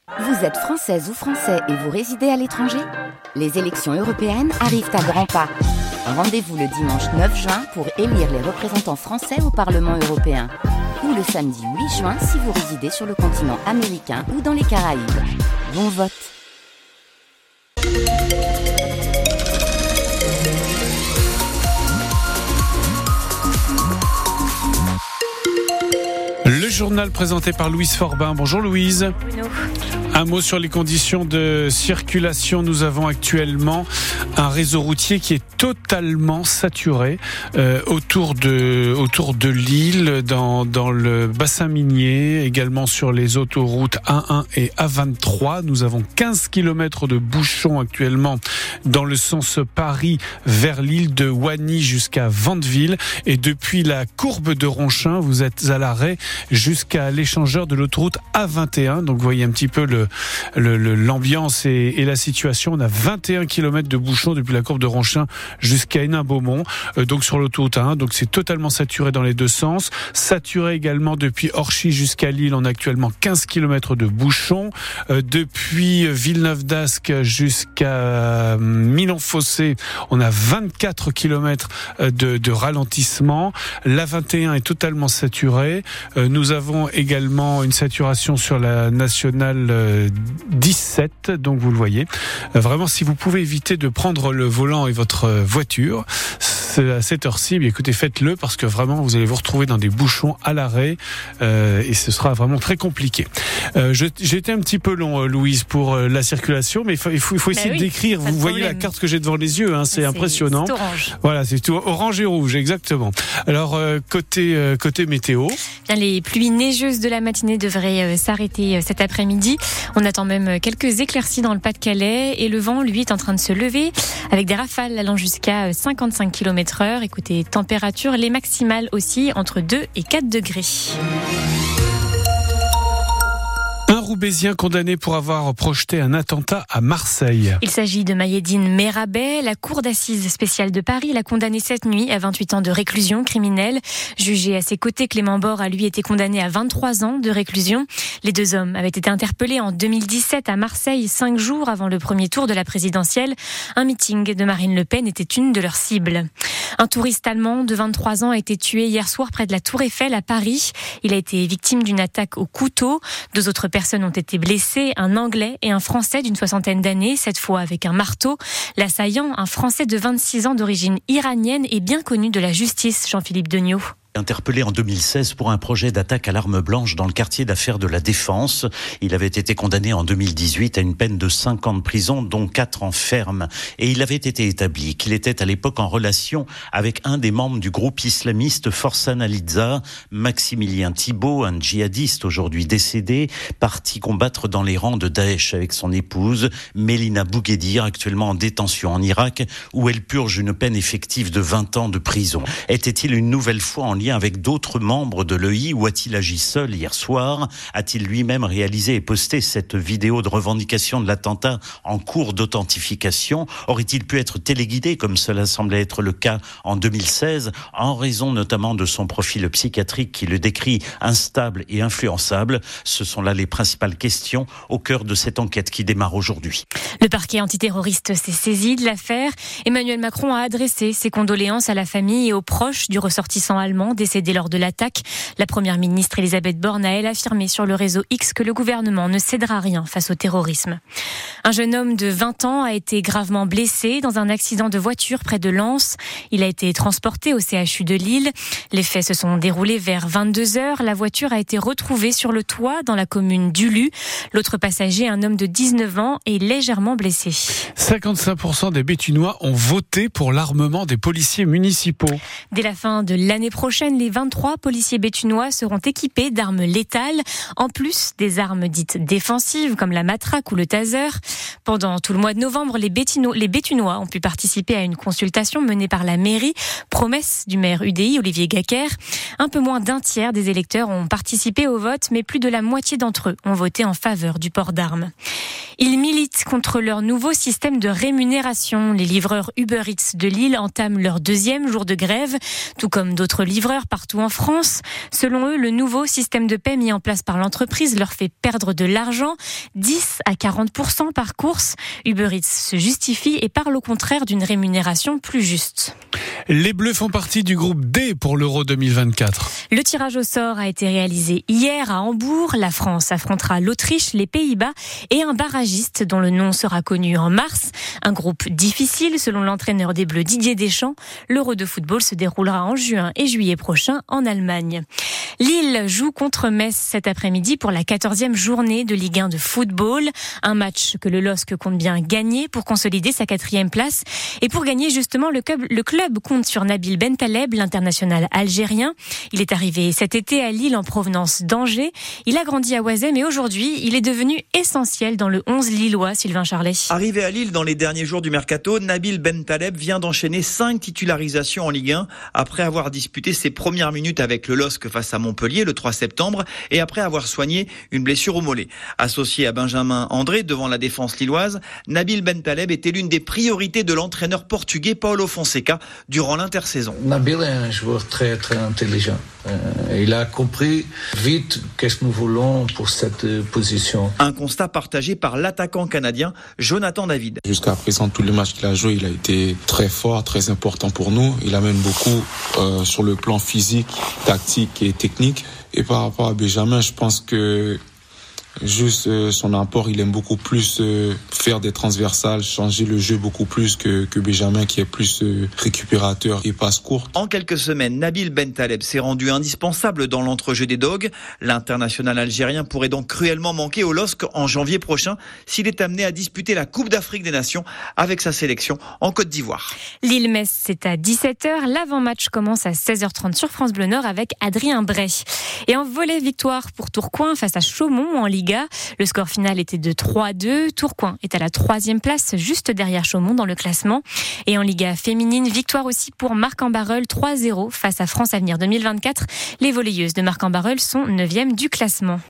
Vous êtes française ou français et vous résidez à l'étranger ? Les élections européennes arrivent à grands pas. Rendez-vous le dimanche 9 juin pour élire les représentants français au Parlement européen. Ou le samedi 8 juin si vous résidez sur le continent américain ou dans les Caraïbes. Bon vote! Le journal présenté par Louise Forbin. Bonjour Louise. Bruno. Un mot sur les conditions de circulation. Nous avons actuellement un réseau routier qui est totalement saturé autour de Lille, dans le bassin minier, également sur les autoroutes A1 et A23. Nous avons 15 km de bouchons actuellement dans le sens Paris vers Lille, de Wany jusqu'à Vandeville. Et depuis la courbe de Ronchin, vous êtes à l'arrêt jusqu'à l'échangeur de l'autoroute A21. Donc vous voyez un petit peu l'ambiance et la situation. On a 21 km de bouchons depuis la courbe de Ronchin jusqu'à Hénin-Beaumont, donc sur l'autoroute A1. Donc c'est totalement saturé dans les deux sens. Saturé également depuis Orchy jusqu'à Lille. On a actuellement 15 km de bouchons. Depuis Villeneuve-d'Ascq jusqu'à Milon-Fossé, on a 24 km de ralentissement. L'A21 est totalement saturé. Nous avons également une saturation sur la nationale 17, donc vous le voyez. Vraiment, si vous pouvez éviter de prendre le volant et votre voiture à cette heure-ci, bien écoutez, faites-le parce que vraiment, vous allez vous retrouver dans des bouchons à l'arrêt et ce sera vraiment très compliqué. J'ai été un petit peu long, Louise, pour la circulation, mais il faut essayer de décrire. Vous voyez la carte que j'ai devant les yeux, c'est impressionnant. C'est orange. Voilà, c'est tout orange et rouge, exactement. Alors, côté météo. Bien, les pluies neigeuses de la matinée devraient s'arrêter cet après-midi. On attend même quelques éclaircies dans le Pas-de-Calais et le vent, lui, est en train de se lever avec des rafales allant jusqu'à 55 km/h. Écoutez, température, les maximales aussi entre 2 et 4 degrés. Un Roubaisien condamné pour avoir projeté un attentat à Marseille. Il s'agit de Maïeddine Merabet. La cour d'assises spéciale de Paris l'a condamné cette nuit à 28 ans de réclusion criminelle. Jugé à ses côtés, Clément Bord a lui été condamné à 23 ans de réclusion. Les deux hommes avaient été interpellés en 2017 à Marseille, 5 jours avant le premier tour de la présidentielle. Un meeting de Marine Le Pen était une de leurs cibles. Un touriste allemand de 23 ans a été tué hier soir près de la Tour Eiffel à Paris. Il a été victime d'une attaque au couteau. 2 autres personnes ont été blessées, un Anglais et un Français d'une 60aine d'années, cette fois avec un marteau. L'assaillant, un Français de 26 ans d'origine iranienne, est bien connu de la justice, Jean-Philippe Degnaud. Interpellé en 2016 pour un projet d'attaque à l'arme blanche dans le quartier d'affaires de la Défense. Il avait été condamné en 2018 à une peine de 5 ans de prison, dont 4 en ferme. Et il avait été établi qu'il était à l'époque en relation avec un des membres du groupe islamiste Forsan al-Idza, Maximilien Thibault, un djihadiste aujourd'hui décédé, parti combattre dans les rangs de Daesh avec son épouse, Mélina Bouguedir, actuellement en détention en Irak, où elle purge une peine effective de 20 ans de prison. Était-il une nouvelle fois en lien avec d'autres membres de l'EI ou a-t-il agi seul hier soir? A-t-il lui-même réalisé et posté cette vidéo de revendication de l'attentat en cours d'authentification? Aurait-il pu être téléguidé comme cela semblait être le cas en 2016 en raison notamment de son profil psychiatrique qui le décrit instable et influençable? Ce sont là les principales questions au cœur de cette enquête qui démarre aujourd'hui. Le parquet antiterroriste s'est saisi de l'affaire. Emmanuel Macron a adressé ses condoléances à la famille et aux proches du ressortissant allemand décédé lors de l'attaque. La première ministre Elisabeth Borne a, elle, affirmé sur le réseau X que le gouvernement ne cédera rien face au terrorisme. Un jeune homme de 20 ans a été gravement blessé dans un accident de voiture près de Lens. Il a été transporté au CHU de Lille. Les faits se sont déroulés vers 22h. La voiture a été retrouvée sur le toit dans la commune d'Ulu. L'autre passager, un homme de 19 ans, est légèrement blessé. 55% des Béthunois ont voté pour l'armement des policiers municipaux. Dès la fin de l'année prochaine, les 23 policiers béthunois seront équipés d'armes létales, en plus des armes dites défensives comme la matraque ou le taser. Pendant tout le mois de novembre, les Béthunois ont pu participer à une consultation menée par la mairie, promesse du maire UDI Olivier Gacquer. Un peu moins d'un tiers des électeurs ont participé au vote, mais plus de la moitié d'entre eux ont voté en faveur du port d'armes. Ils militent contre leur nouveau système de rémunération. Les livreurs Uber Eats de Lille entament leur 2e jour de grève, tout comme d'autres livreurs partout en France. Selon eux, le nouveau système de paie mis en place par l'entreprise leur fait perdre de l'argent, 10 à 40% par course. Uber Eats se justifie et parle au contraire d'une rémunération plus juste. Les Bleus font partie du groupe D pour l'Euro 2024. Le tirage au sort a été réalisé hier à Hambourg. La France affrontera l'Autriche, les Pays-Bas et un barragiste dont le nom sera connu en mars. Un groupe difficile selon l'entraîneur des Bleus Didier Deschamps. L'Euro de football se déroulera en juin et juillet prochain en Allemagne. Lille joue contre Metz cet après-midi pour la 14e journée de Ligue 1 de football. Un match que le LOSC compte bien gagner pour consolider sa 4e place. Et pour gagner justement, le club compte sur Nabil Bentaleb, l'international algérien. Il est arrivé cet été à Lille en provenance d'Angers. Il a grandi à Oisem et aujourd'hui, il est devenu essentiel dans le 11 lillois, Sylvain Charlet. Arrivé à Lille dans les derniers jours du mercato, Nabil Bentaleb vient d'enchaîner 5 titularisations en Ligue 1 après avoir disputé ses premières minutes avec le LOSC face à Montpellier le 3 septembre et après avoir soigné une blessure au mollet. Associé à Benjamin André devant la défense lilloise, Nabil Bentaleb était l'une des priorités de l'entraîneur portugais Paulo Fonseca durant l'intersaison. Nabil est un joueur très très intelligent. Il a compris vite qu'est-ce que nous voulons pour cette position. Un constat partagé par l'attaquant canadien Jonathan David. Jusqu'à présent, tous les matchs qu'il a joué, il a été très fort, très important pour nous. Il amène beaucoup sur le plan physique, tactique et technique. Et par rapport à Benjamin, je pense que juste son apport, il aime beaucoup plus faire des transversales, changer le jeu beaucoup plus que Benjamin qui est plus récupérateur et passe courte. En quelques semaines, Nabil Bentaleb s'est rendu indispensable dans l'entrejeu des Dogs. L'international algérien pourrait donc cruellement manquer au LOSC en janvier prochain s'il est amené à disputer la Coupe d'Afrique des Nations avec sa sélection en Côte d'Ivoire. Lille-Metz, c'est à 17h. L'avant-match commence à 16h30 sur France Bleu Nord avec Adrien Bray. Et en volley, victoire pour Tourcoing face à Chaumont en Liga. Le score final était de 3-2. Tourcoing est à la 3e place, juste derrière Chaumont dans le classement. Et en Liga féminine, victoire aussi pour Marc-en-Barœul 3-0 face à France Avenir 2024. Les volleyeuses de Marc-en-Barœul sont 9e du classement.